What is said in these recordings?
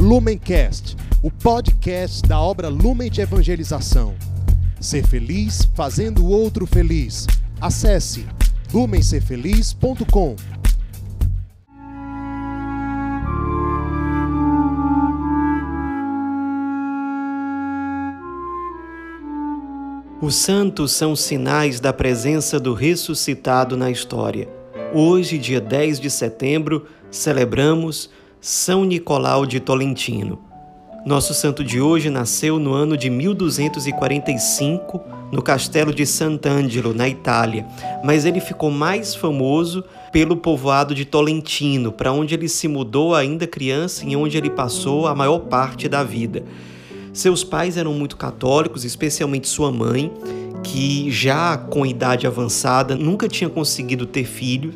Lumencast, o podcast da obra Lumen de Evangelização. Ser feliz fazendo o outro feliz. Acesse lumencerfeliz.com. Os santos são sinais da presença do ressuscitado na história. Hoje, dia 10 de setembro, celebramos São Nicolau de Tolentino. Nosso santo de hoje nasceu no ano de 1245, no castelo de Sant'Angelo, na Itália, mas ele ficou mais famoso pelo povoado de Tolentino, para onde ele se mudou ainda criança e onde ele passou a maior parte da vida. Seus pais eram muito católicos, especialmente sua mãe, que já com idade avançada nunca tinha conseguido ter filho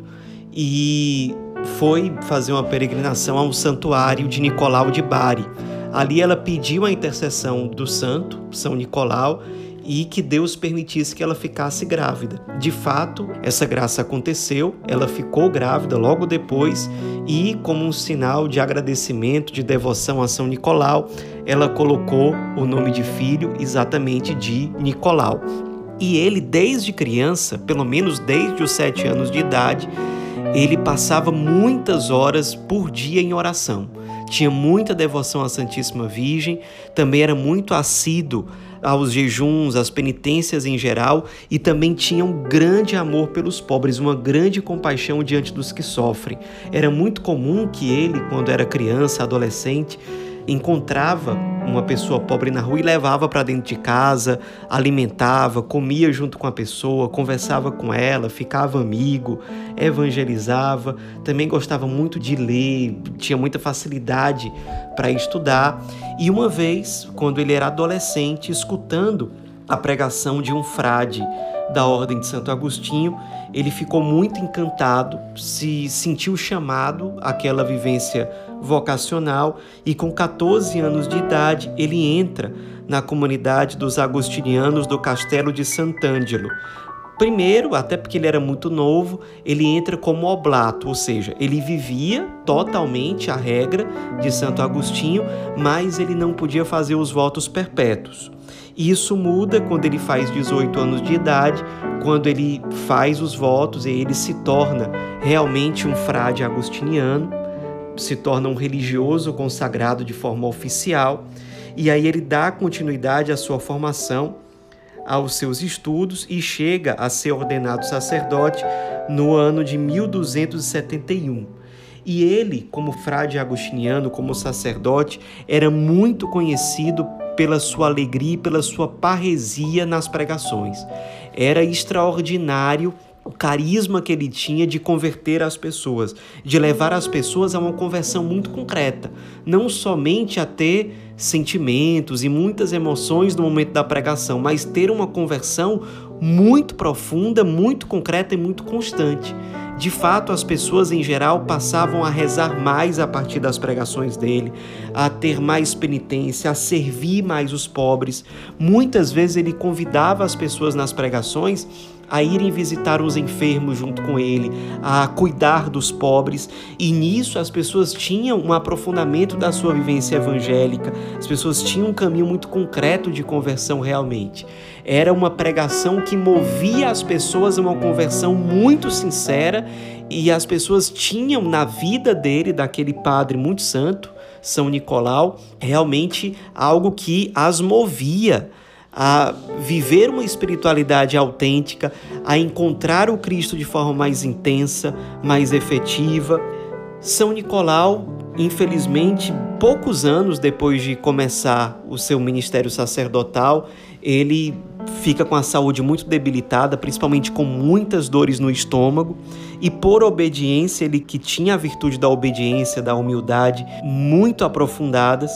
e foi fazer uma peregrinação ao santuário de Nicolau de Bari. Ali ela pediu a intercessão do santo, São Nicolau, e que Deus permitisse que ela ficasse grávida. De fato, essa graça aconteceu, ela ficou grávida logo depois e, como um sinal de agradecimento, de devoção a São Nicolau, ela colocou o nome de filho exatamente de Nicolau. E ele, desde criança, pelo menos desde os 7 anos de idade, ele passava muitas horas por dia em oração. Tinha muita devoção à Santíssima Virgem, também era muito assíduo aos jejuns, às penitências em geral, e também tinha um grande amor pelos pobres, uma grande compaixão diante dos que sofrem. Era muito comum que ele, quando era criança, adolescente, encontrava uma pessoa pobre na rua e levava para dentro de casa, alimentava, comia junto com a pessoa, conversava com ela, ficava amigo, evangelizava. Também gostava muito de ler, tinha muita facilidade para estudar. E uma vez, quando ele era adolescente, escutando a pregação de um frade da Ordem de Santo Agostinho, ele ficou muito encantado, se sentiu chamado àquela vivência vocacional e com 14 anos de idade ele entra na comunidade dos agostinianos do Castelo de Sant'Angelo. Primeiro, até porque ele era muito novo, ele entra como oblato, ou seja, ele vivia totalmente a regra de Santo Agostinho, mas ele não podia fazer os votos perpétuos. Isso muda quando ele faz 18 anos de idade, quando ele faz os votos e ele se torna realmente um frade agostiniano, se torna um religioso consagrado de forma oficial, e aí ele dá continuidade à sua formação, aos seus estudos e chega a ser ordenado sacerdote no ano de 1271. E ele, como frade agostiniano, como sacerdote, era muito conhecido pela sua alegria e pela sua parresia nas pregações. Era extraordinário o carisma que ele tinha de converter as pessoas, de levar as pessoas a uma conversão muito concreta, não somente a ter sentimentos e muitas emoções no momento da pregação, mas ter uma conversão muito profunda, muito concreta e muito constante. De fato, as pessoas em geral passavam a rezar mais a partir das pregações dele, a ter mais penitência, a servir mais os pobres. Muitas vezes ele convidava as pessoas nas pregações a irem visitar os enfermos junto com ele, a cuidar dos pobres, e nisso as pessoas tinham um aprofundamento da sua vivência evangélica, as pessoas tinham um caminho muito concreto de conversão realmente. Era uma pregação que movia as pessoas a uma conversão muito sincera, e as pessoas tinham na vida dele, daquele padre muito santo, São Nicolau, realmente algo que as movia a viver uma espiritualidade autêntica, a encontrar o Cristo de forma mais intensa, mais efetiva. São Nicolau, infelizmente, poucos anos depois de começar o seu ministério sacerdotal, ele fica com a saúde muito debilitada, principalmente com muitas dores no estômago, e por obediência, ele que tinha a virtude da obediência, da humildade, muito aprofundadas,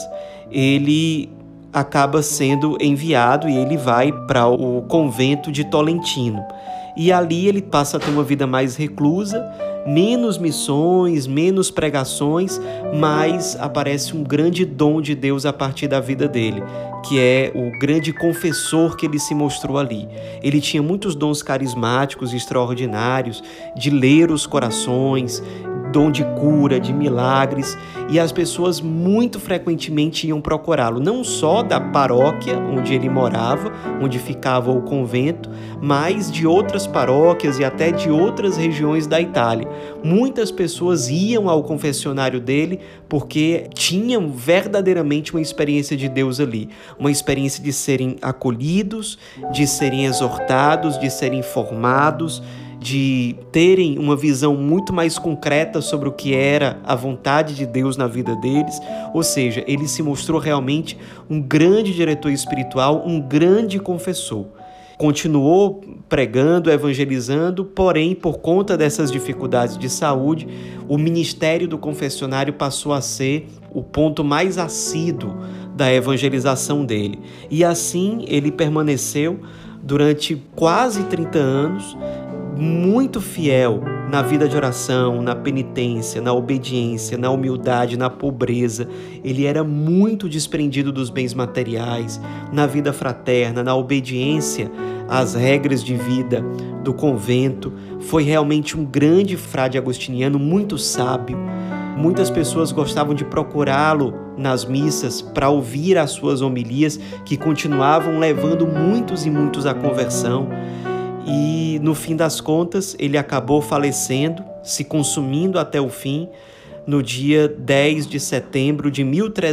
ele acaba sendo enviado e ele vai para o convento de Tolentino. E ali ele passa a ter uma vida mais reclusa, menos missões, menos pregações, mas aparece um grande dom de Deus a partir da vida dele, que é o grande confessor que ele se mostrou ali. Ele tinha muitos dons carismáticos extraordinários, de ler os corações, dom de cura, de milagres, e as pessoas muito frequentemente iam procurá-lo, não só da paróquia onde ele morava, onde ficava o convento, mas de outras paróquias e até de outras regiões da Itália. Muitas pessoas iam ao confessionário dele porque tinham verdadeiramente uma experiência de Deus ali, uma experiência de serem acolhidos, de serem exortados, de serem formados, de terem uma visão muito mais concreta sobre o que era a vontade de Deus na vida deles. Ou seja, ele se mostrou realmente um grande diretor espiritual, um grande confessor. Continuou pregando, evangelizando, porém, por conta dessas dificuldades de saúde, o ministério do confessionário passou a ser o ponto mais assíduo da evangelização dele. E assim ele permaneceu durante quase 30 anos, muito fiel na vida de oração, na penitência, na obediência, na humildade, na pobreza. Ele era muito desprendido dos bens materiais, na vida fraterna, na obediência às regras de vida do convento. Foi realmente um grande frade agostiniano, muito sábio. Muitas pessoas gostavam de procurá-lo nas missas para ouvir as suas homilias, que continuavam levando muitos e muitos à conversão. E, no fim das contas, ele acabou falecendo, se consumindo até o fim, no dia 10 de setembro de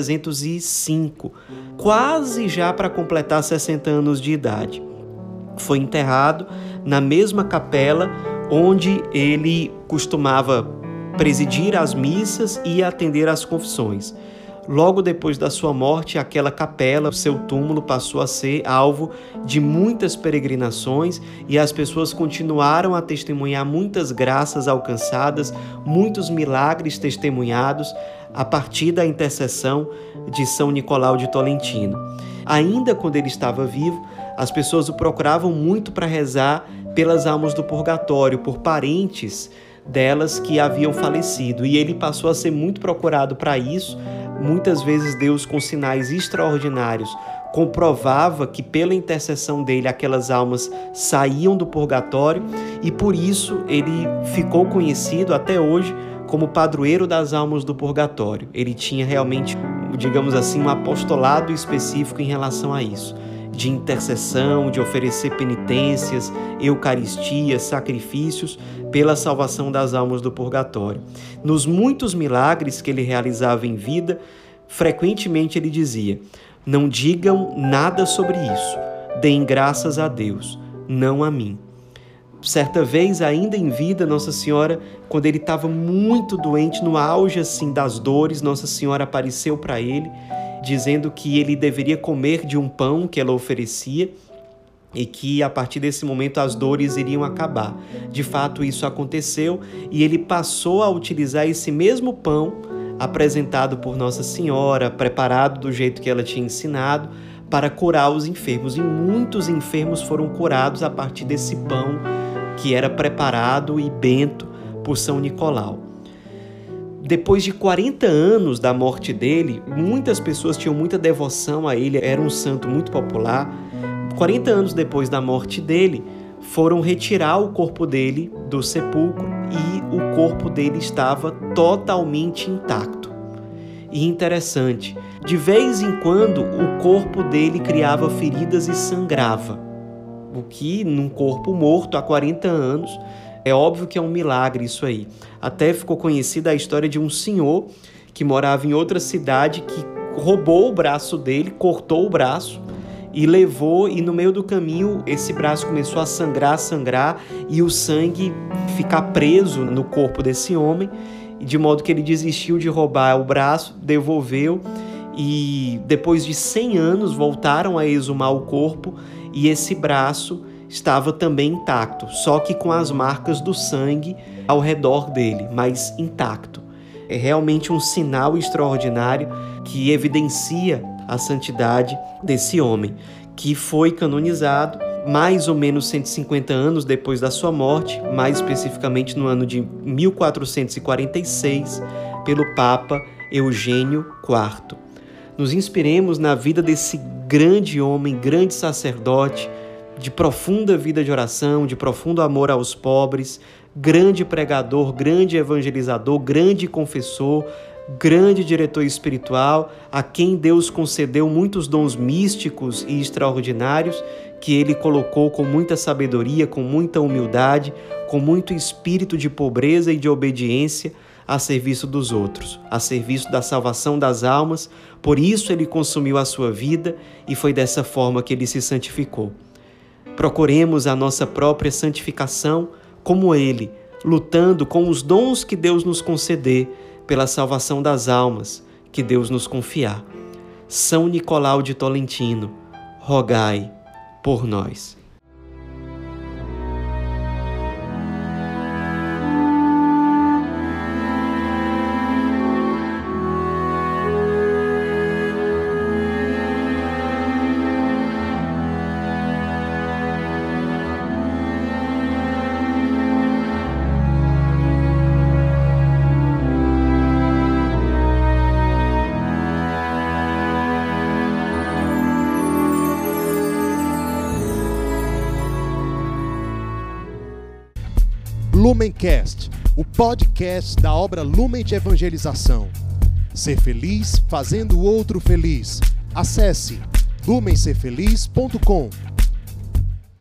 1305, quase já para completar 60 anos de idade. Foi enterrado na mesma capela onde ele costumava presidir as missas e atender às confissões. Logo depois da sua morte, aquela capela, seu túmulo, passou a ser alvo de muitas peregrinações e as pessoas continuaram a testemunhar muitas graças alcançadas, muitos milagres testemunhados a partir da intercessão de São Nicolau de Tolentino. Ainda quando ele estava vivo, as pessoas o procuravam muito para rezar pelas almas do purgatório, por parentes delas que haviam falecido, e ele passou a ser muito procurado para isso. Muitas vezes Deus, com sinais extraordinários, comprovava que pela intercessão dele aquelas almas saíam do purgatório, e por isso ele ficou conhecido até hoje como padroeiro das almas do purgatório. Ele tinha realmente, digamos assim, um apostolado específico em relação a isso, de intercessão, de oferecer penitências, eucaristias, sacrifícios pela salvação das almas do purgatório. Nos muitos milagres que ele realizava em vida, frequentemente ele dizia: não digam nada sobre isso, deem graças a Deus, não a mim. Certa vez, ainda em vida, Nossa Senhora, quando ele estava muito doente, no auge assim das dores, Nossa Senhora apareceu para ele, dizendo que ele deveria comer de um pão que ela oferecia e que a partir desse momento as dores iriam acabar. De fato, isso aconteceu e ele passou a utilizar esse mesmo pão apresentado por Nossa Senhora, preparado do jeito que ela tinha ensinado, para curar os enfermos. E muitos enfermos foram curados a partir desse pão que era preparado e bento por São Nicolau. Depois de 40 anos da morte dele, muitas pessoas tinham muita devoção a ele, era um santo muito popular. 40 anos depois da morte dele, foram retirar o corpo dele do sepulcro e o corpo dele estava totalmente intacto. E interessante, de vez em quando o corpo dele criava feridas e sangrava, o que num corpo morto há 40 anos é óbvio que é um milagre isso aí. Até ficou conhecida a história de um senhor que morava em outra cidade que roubou o braço dele, cortou o braço e levou, e no meio do caminho esse braço começou a sangrar e o sangue ficar preso no corpo desse homem, de modo que ele desistiu de roubar o braço, devolveu, e depois de 100 anos voltaram a exumar o corpo e esse braço estava também intacto, só que com as marcas do sangue ao redor dele, mas intacto. É realmente um sinal extraordinário que evidencia a santidade desse homem, que foi canonizado mais ou menos 150 anos depois da sua morte, mais especificamente no ano de 1446, pelo Papa Eugênio IV. Nos inspiremos na vida desse grande homem, grande sacerdote, de profunda vida de oração, de profundo amor aos pobres, grande pregador, grande evangelizador, grande confessor, grande diretor espiritual, a quem Deus concedeu muitos dons místicos e extraordinários, que ele colocou com muita sabedoria, com muita humildade, com muito espírito de pobreza e de obediência a serviço dos outros, a serviço da salvação das almas. Por isso ele consumiu a sua vida e foi dessa forma que ele se santificou. Procuremos a nossa própria santificação como ele, lutando com os dons que Deus nos conceder pela salvação das almas que Deus nos confiar. São Nicolau de Tolentino, rogai por nós. Lumencast, o podcast da obra Lumen de Evangelização. Ser feliz fazendo o outro feliz. Acesse lumencerfeliz.com.